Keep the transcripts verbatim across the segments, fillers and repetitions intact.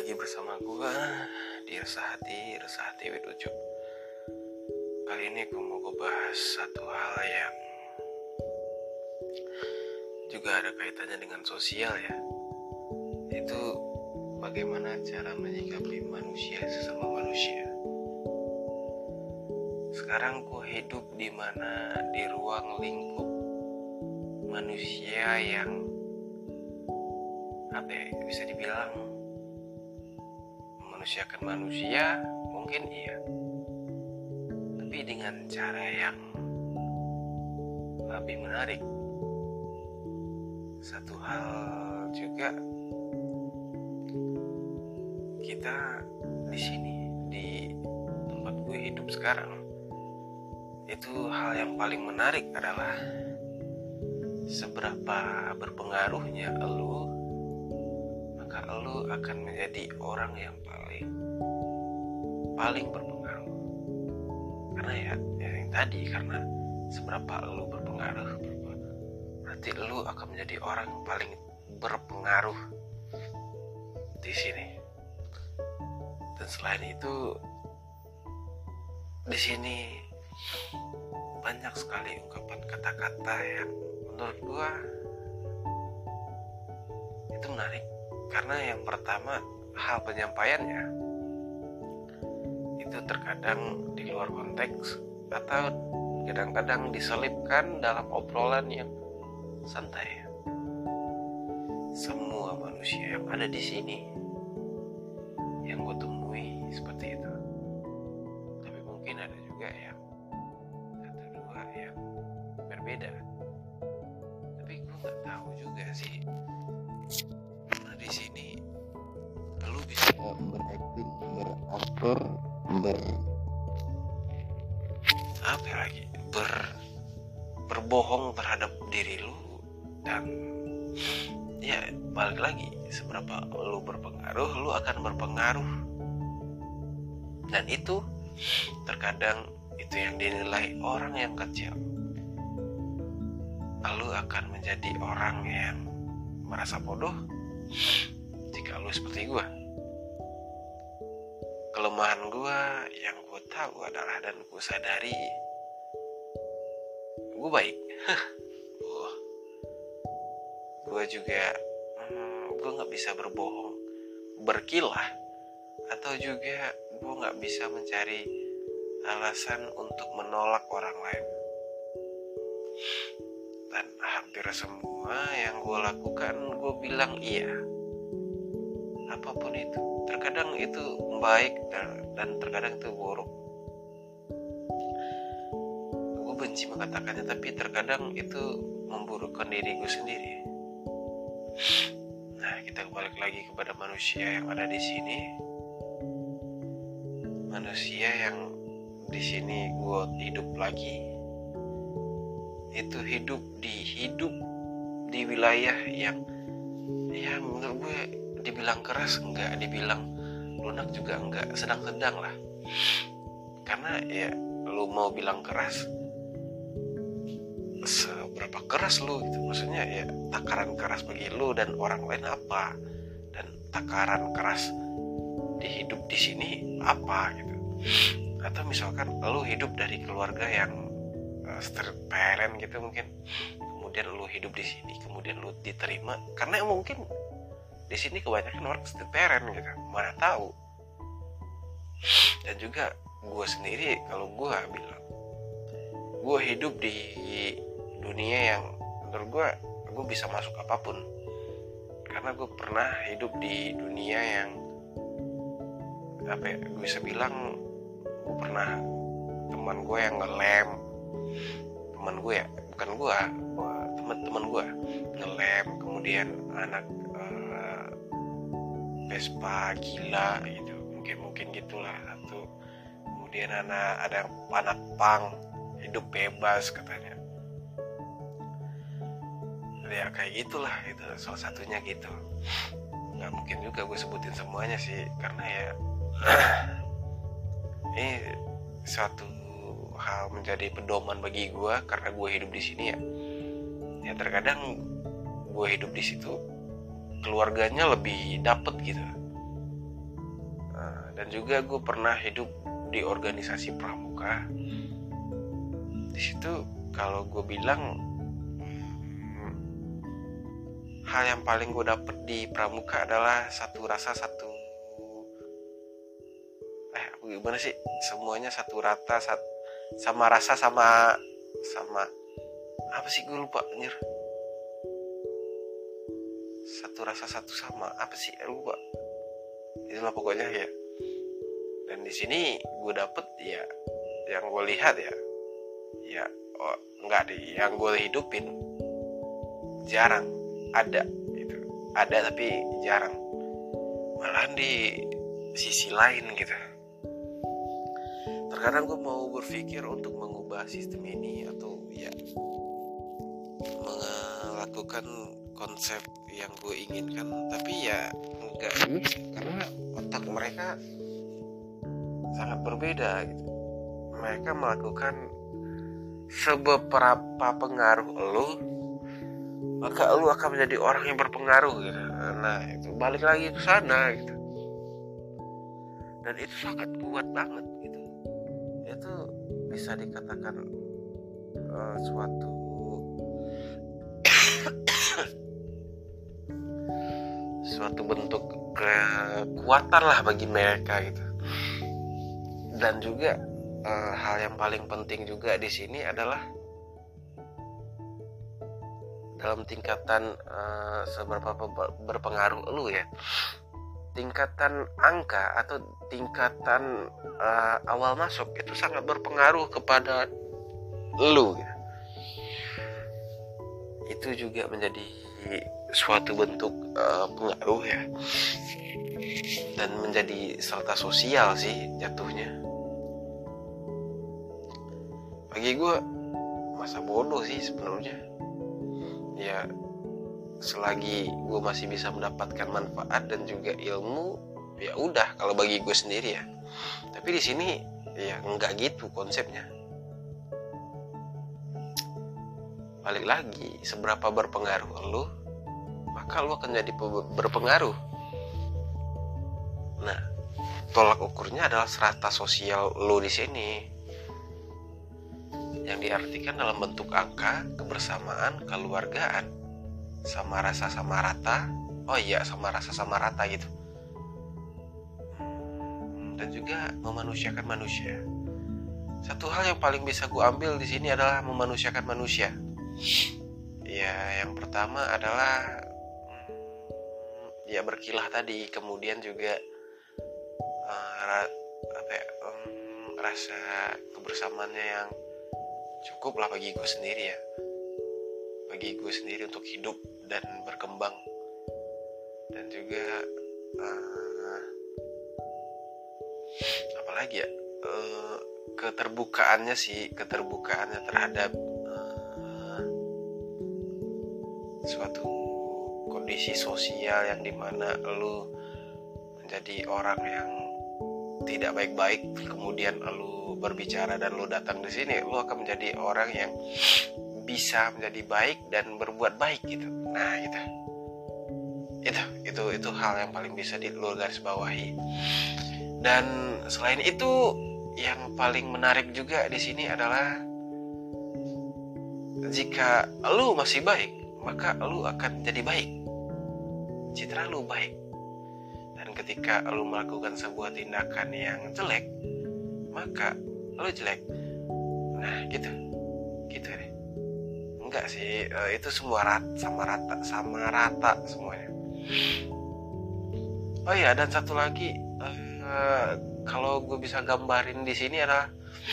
lagi bersama gua di Resah Hati, Resah Hati with Ucup. Kali ini gua mau gua bahas satu hal yang juga ada kaitannya dengan sosial ya. Itu bagaimana cara menyikapi manusia sesama manusia. Sekarang gua hidup di mana di ruang lingkup manusia yang apa ya, bisa dibilang manusiakan manusia, mungkin iya, tapi dengan cara yang lebih menarik. Satu hal juga, kita di sini di tempat gue hidup sekarang, itu hal yang paling menarik adalah seberapa berpengaruhnya elu, maka elu akan menjadi orang yang paling paling berpengaruh. Karena ya, ya yang tadi, karena seberapa elu berpengaruh, berarti elu akan menjadi orang yang paling berpengaruh di sini. Dan selain itu, di sini banyak sekali ungkapan kata-kata yang menurut gua itu menarik. Karena yang pertama, hal penyampaiannya itu terkadang di luar konteks atau kadang-kadang diselipkan dalam obrolan yang santai. Semua manusia yang ada di sini yang gue temui seperti itu. Tapi mungkin ada juga yang satu dua yang berbeda. Tapi gue nggak tahu juga sih. Karena di sini lu bisa berakting, beraktor, ber apa ya lagi ber berbohong terhadap diri lu, dan ya balik lagi, seberapa lu berpengaruh, lu akan berpengaruh. Dan itu terkadang itu yang dinilai orang yang kecil, lu akan menjadi orang yang merasa bodoh jika lu seperti gua. Kelemahan gua yang gua tahu adalah, dan gua sadari, gua baik. gua, gua juga hmm, gua nggak bisa berbohong, berkilah, atau juga gua nggak bisa mencari alasan untuk menolak orang lain. Dan hampir semua yang gue lakukan, gue bilang iya. Apapun itu, terkadang itu baik dan, dan terkadang itu buruk. Gue benci mengatakannya, tapi terkadang itu memburukkan diri gue sendiri. Nah, kita balik lagi kepada manusia yang ada di sini. Manusia yang di sini gue hidup lagi. Itu hidup di hidup di wilayah yang ya menurut gue dibilang keras enggak, dibilang lunak juga enggak, sedang-sedang lah. Karena ya lu mau bilang keras, seberapa keras lu gitu, maksudnya ya takaran keras bagi lu dan orang lain apa, dan takaran keras di hidup di sini apa gitu. Atau misalkan lu hidup dari keluarga yang street parent gitu mungkin, kemudian lu hidup di sini, kemudian lu diterima karena mungkin di sini kebanyakan orang street parent gitu, mana tahu. Dan juga gue sendiri, kalau gue bilang gue hidup di dunia yang menurut gue gue bisa masuk apapun, karena gue pernah hidup di dunia yang apa ya, gue bisa bilang gue pernah teman gue yang ngelem, teman gue ya bukan gue teman-teman gue ngelem, kemudian anak uh, Vespa gila gitu, mungkin mungkin gitulah satu, kemudian anak ada anak pang hidup bebas katanya, ya kayak gitulah, itu salah satunya gitu. Nggak mungkin juga gue sebutin semuanya sih, karena ya ini suatu hal menjadi pedoman bagi gue, karena gue hidup di sini ya. Ya terkadang gue hidup di situ keluarganya lebih dapet gitu. dan juga gue pernah hidup di organisasi pramuka. Di situ kalau gue bilang hmm, hal yang paling gue dapet di pramuka adalah satu rasa, satu eh gimana sih semuanya satu rata, sat, sama rasa, sama sama apa sih, gue lupa anjir. Satu rasa satu sama apa sih, lupa. Itulah pokoknya ya. Dan di sini gue dapet ya, yang gue lihat ya, ya oh, enggak deh, yang gue hidupin jarang ada gitu. Ada tapi jarang. Malahan di sisi lain gitu. Terkadang gue mau berpikir untuk mengubah sistem ini atau ya melakukan konsep yang gue inginkan, tapi ya enggak bisa karena otak mereka sangat berbeda gitu. Mereka melakukan seberapa pengaruh lo, maka lo akan menjadi orang yang berpengaruh gitu. Nah itu balik lagi ke sana gitu. Dan itu sangat kuat banget gitu. Itu bisa dikatakan uh, suatu suatu bentuk kekuatan lah bagi mereka gitu. Dan juga uh, hal yang paling penting juga di sini adalah dalam tingkatan uh, seberapa berpengaruh lu ya, tingkatan angka atau tingkatan uh, awal masuk itu sangat berpengaruh kepada lu gitu. Itu juga menjadi suatu bentuk uh, pengaruh ya, dan menjadi serta sosial sih jatuhnya. Bagi gue masa bodoh sih sebenarnya ya, selagi gue masih bisa mendapatkan manfaat dan juga ilmu ya udah kalau bagi gue sendiri ya. Tapi di sini ya enggak gitu konsepnya. Balik lagi, seberapa berpengaruh lu, maka lu akan jadi berpengaruh. Nah, tolak ukurnya adalah serata sosial lu di sini, yang diartikan dalam bentuk angka, kebersamaan, keluargaan, sama rasa sama rata. Oh iya, sama rasa sama rata gitu. Dan juga memanusiakan manusia. Satu hal yang paling bisa gue ambil di sini adalah memanusiakan manusia. Ya, yang pertama adalah hmm, ya berkilah tadi, kemudian juga uh, ra- apa ya, um, rasa kebersamaannya yang cukup lah bagi gue sendiri ya, bagi gue sendiri untuk hidup dan berkembang. Dan juga uh, apalagi ya, uh, keterbukaannya sih, keterbukaannya terhadap suatu kondisi sosial yang dimana lu menjadi orang yang tidak baik-baik, kemudian lu berbicara dan lu datang di sini, lu akan menjadi orang yang bisa menjadi baik dan berbuat baik gitu. Nah gitu, itu itu itu hal yang paling bisa di lu garis bawahi. Dan selain itu, yang paling menarik juga di sini adalah jika lu masih baik, maka lu akan jadi baik, citra lu baik. Dan ketika lu melakukan sebuah tindakan yang jelek, maka lu jelek. Nah gitu, gitu deh. Enggak sih, itu semua rata, sama rata, sama rata semuanya. Oh iya, dan satu lagi, uh, kalau gue bisa gambarin di sini adalah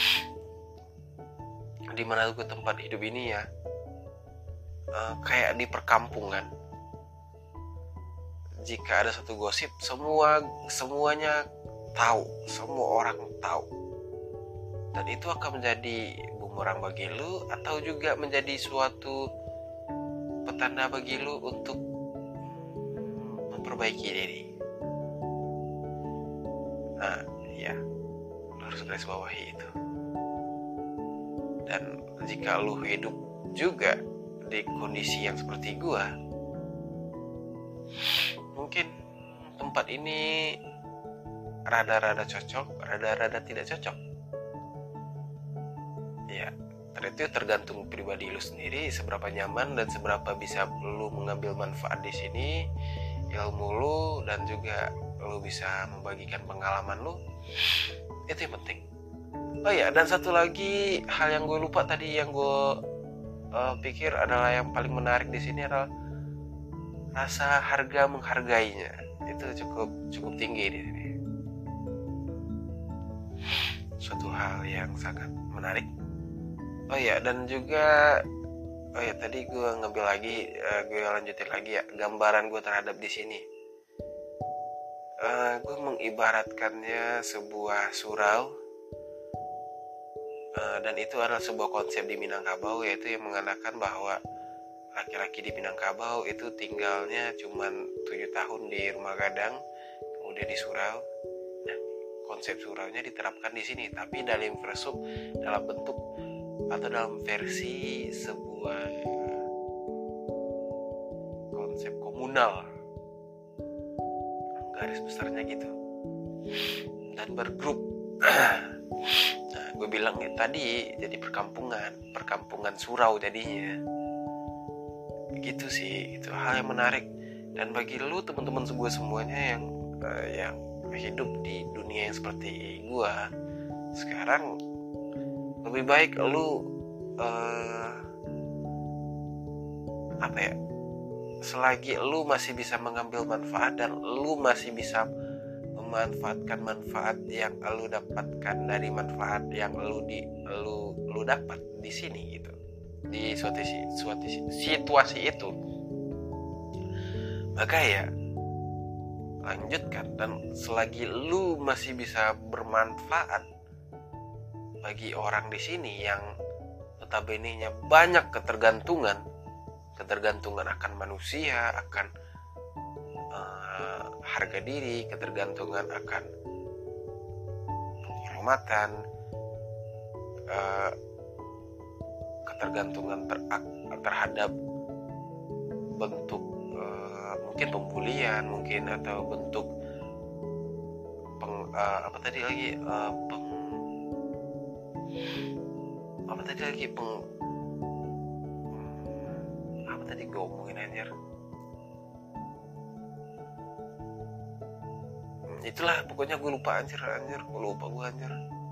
di mana gue tempat hidup ini ya. Uh, kayak di perkampungan, jika ada satu gosip, semua semuanya tahu, semua orang tahu, dan itu akan menjadi bumerang bagi lu atau juga menjadi suatu petanda bagi lu untuk memperbaiki diri. Nah ya, lu harus garis bawahi itu. Dan jika lu hidup juga di kondisi yang seperti gua, mungkin tempat ini rada-rada cocok, rada-rada tidak cocok. Ya, itu tergantung pribadi lu sendiri, seberapa nyaman dan seberapa bisa lu mengambil manfaat di sini, ilmu lu, dan juga lu bisa membagikan pengalaman lu. Itu yang penting. Oh ya, dan satu lagi hal yang gue lupa tadi, yang gue uh, pikir adalah yang paling menarik di sini adalah rasa harga menghargainya. Itu cukup cukup tinggi di sini. Suatu hal yang sangat menarik. Oh ya, dan juga oh ya tadi gue ngambil lagi, uh, gue lanjutin lagi ya gambaran gue terhadap di sini. Uh, gue mengibaratkannya sebuah surau, uh, dan itu adalah sebuah konsep di Minangkabau, yaitu yang mengatakan bahwa laki-laki di Minangkabau itu tinggalnya cuma tujuh tahun di rumah gadang, kemudian di surau. Nah, konsep suraunya diterapkan di sini, tapi dalam versi dalam bentuk atau dalam versi sebuah konsep komunal, garis besarnya gitu, dan bergrup. Nah, gue bilang ya tadi jadi perkampungan, perkampungan surau jadinya. Begitu sih, itu hal yang menarik. Dan bagi lu teman-teman gue semuanya yang uh, yang hidup di dunia yang seperti gue sekarang, lebih baik lu uh, apa ya, selagi lu masih bisa mengambil manfaat dan lu masih bisa memanfaatkan manfaat yang lu dapatkan dari manfaat yang lu di lu lu dapat di sini gitu, di suatu, suatu situasi itu, maka ya lanjutkan. Dan selagi lu masih bisa bermanfaat bagi orang di sini yang notabene-nya banyak ketergantungan ketergantungan akan manusia, akan uh, harga diri, ketergantungan akan penghormatan, uh, ketergantungan ter- terhadap bentuk uh, mungkin pembulian, mungkin atau bentuk peng, uh, apa tadi lagi uh, peng, apa tadi lagi peng tadi gue omongin anjir, itulah pokoknya gue lupa anjir anjir gue lupa gue anjir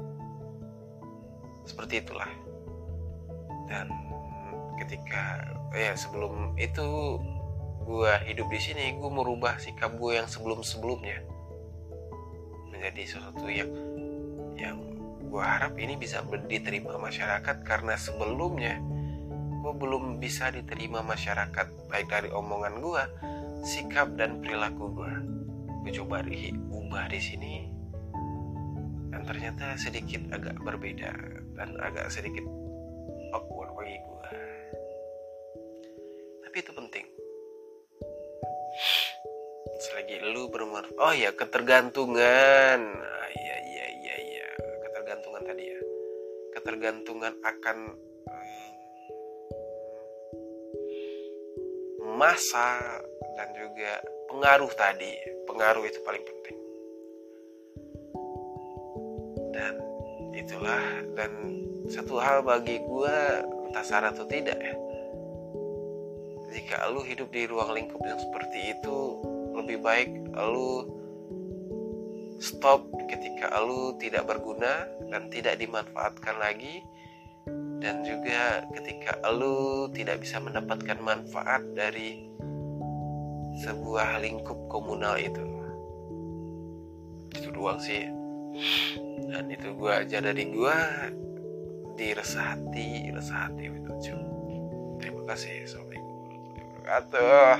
seperti itulah. Dan ketika ya sebelum itu gue hidup di sini, gue merubah sikap gue yang sebelum-sebelumnya menjadi sesuatu yang yang gue harap ini bisa diterima masyarakat, karena sebelumnya gue belum bisa diterima masyarakat, baik dari omongan gue, sikap dan perilaku gue. Gue coba diubah di sini, dan ternyata sedikit agak berbeda dan agak sedikit awkward bagi gue. Tapi itu penting. Selagi lu bermanfaat. Oh ya, ketergantungan. Ah, iya iya iya iya, ketergantungan tadi ya. Ketergantungan akan masa dan juga pengaruh tadi. Pengaruh itu paling penting. Dan itulah, dan satu hal bagi gue, entah sadar atau tidak ya, jika lu hidup di ruang lingkup yang seperti itu, lebih baik lu stop ketika lu tidak berguna dan tidak dimanfaatkan lagi, dan juga ketika lu tidak bisa mendapatkan manfaat dari sebuah lingkup komunal itu. Itu doang sih. Dan itu gue aja dari gue di Resah Hati, Resah Hati with Ucup. Terima kasih. Assalamualaikum warahmatullahi wabarakatuh.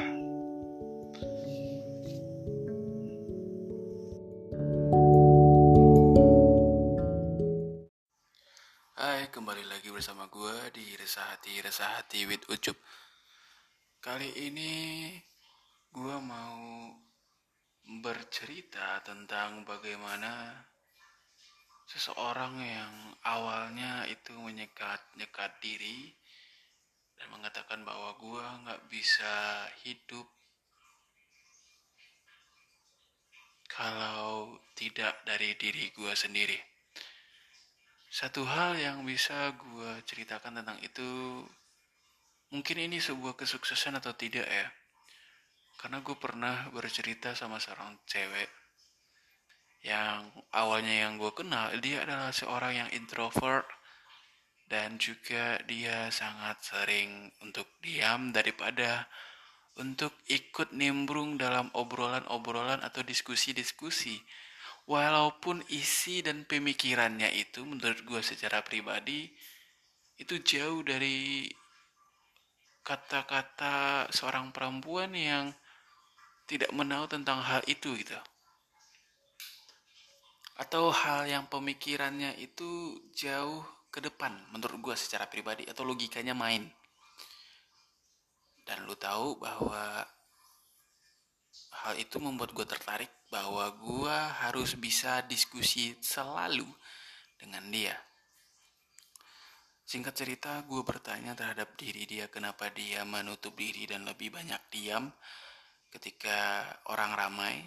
Hai, kembali lagi bersama gue di Resah Hati, Resah Hati with Ucup. Kali ini gue mau bercerita tentang bagaimana seseorang yang awalnya itu menyekat-nyekat diri dan mengatakan bahwa gue gak bisa hidup kalau tidak dari diri gue sendiri. Satu hal yang bisa gue ceritakan tentang itu, mungkin ini sebuah kesuksesan atau tidak ya. Karena gue pernah bercerita sama seorang cewek yang awalnya yang gue kenal, dia adalah seorang yang introvert dan juga dia sangat sering untuk diam daripada untuk ikut nimbrung dalam obrolan-obrolan atau diskusi-diskusi. Walaupun isi dan pemikirannya itu menurut gue secara pribadi itu jauh dari kata-kata seorang perempuan yang tidak menahu tentang hal itu gitu. Atau hal yang pemikirannya itu jauh ke depan menurut gue secara pribadi atau logikanya main. Dan lu tahu bahwa hal itu membuat gue tertarik bahwa gue harus bisa diskusi selalu dengan dia. Singkat cerita, gue bertanya terhadap diri dia kenapa dia menutup diri dan lebih banyak diam ketika orang ramai.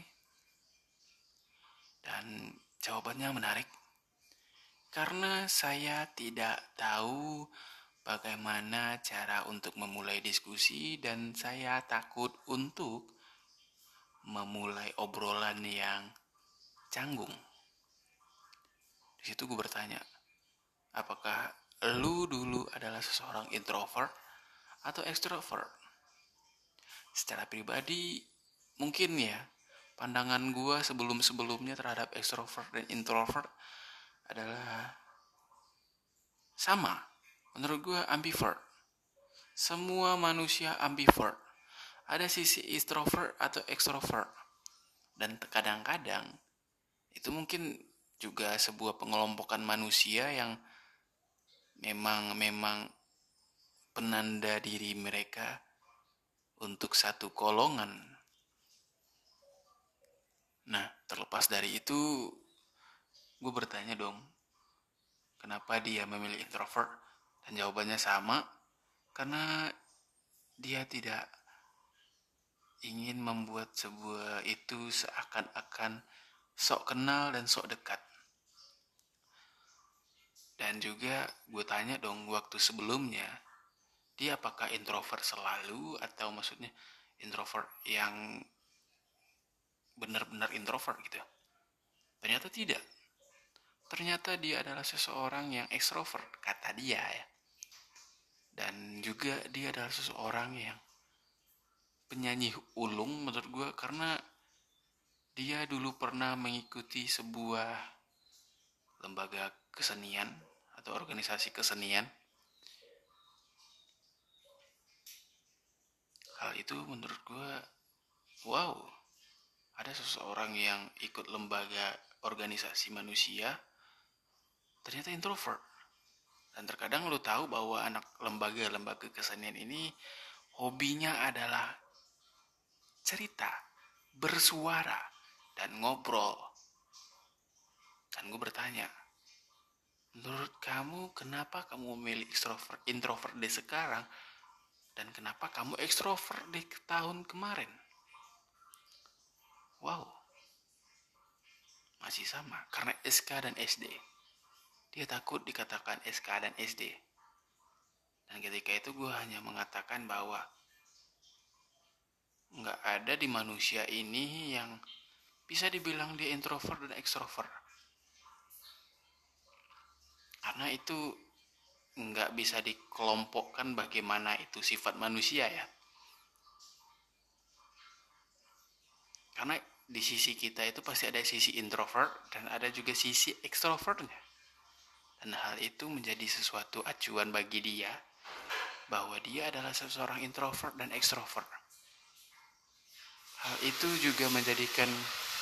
Dan jawabannya menarik. Karena saya tidak tahu bagaimana cara untuk memulai diskusi dan saya takut untuk memulai obrolan yang canggung. Di situ gue bertanya, apakah lu dulu adalah seseorang introvert atau extrovert? Secara pribadi, mungkin ya, pandangan gue sebelum-sebelumnya terhadap extrovert dan introvert adalah sama. Menurut gue ambivert. Semua manusia ambivert. Ada sisi introvert atau extrovert. Dan kadang-kadang itu mungkin juga sebuah pengelompokan manusia yang memang memang penanda diri mereka untuk satu golongan. Nah, terlepas dari itu, gue bertanya dong, kenapa dia memilih introvert? Dan jawabannya sama, karena dia tidak ingin membuat sebuah itu seakan-akan sok kenal dan sok dekat. Dan juga gue tanya dong waktu sebelumnya, dia apakah introvert selalu atau maksudnya introvert yang benar-benar introvert gitu. Ternyata tidak. Ternyata dia adalah seseorang yang extrovert, kata dia ya. Dan juga dia adalah seseorang yang penyanyi ulung menurut gue, karena dia dulu pernah mengikuti sebuah lembaga kesenian atau organisasi kesenian. Hal itu menurut gue, wow, ada seseorang yang ikut lembaga organisasi manusia ternyata introvert. Dan terkadang lu tahu bahwa anak lembaga-lembaga kesenian ini hobinya adalah cerita, bersuara, dan ngobrol. Dan gue bertanya, menurut kamu kenapa kamu memilih extrovert, introvert di sekarang, dan kenapa kamu extrovert di tahun kemarin? Wow, masih sama, karena S K dan S D. Dia takut dikatakan S K dan S D. Dan ketika itu gue hanya mengatakan bahwa nggak ada di manusia ini yang bisa dibilang dia introvert dan extrovert. Karena itu nggak bisa dikelompokkan bagaimana itu sifat manusia ya. Karena di sisi kita itu pasti ada sisi introvert dan ada juga sisi extrovertnya. Dan hal itu menjadi sesuatu acuan bagi dia bahwa dia adalah seseorang introvert dan extrovert. Hal itu juga menjadikan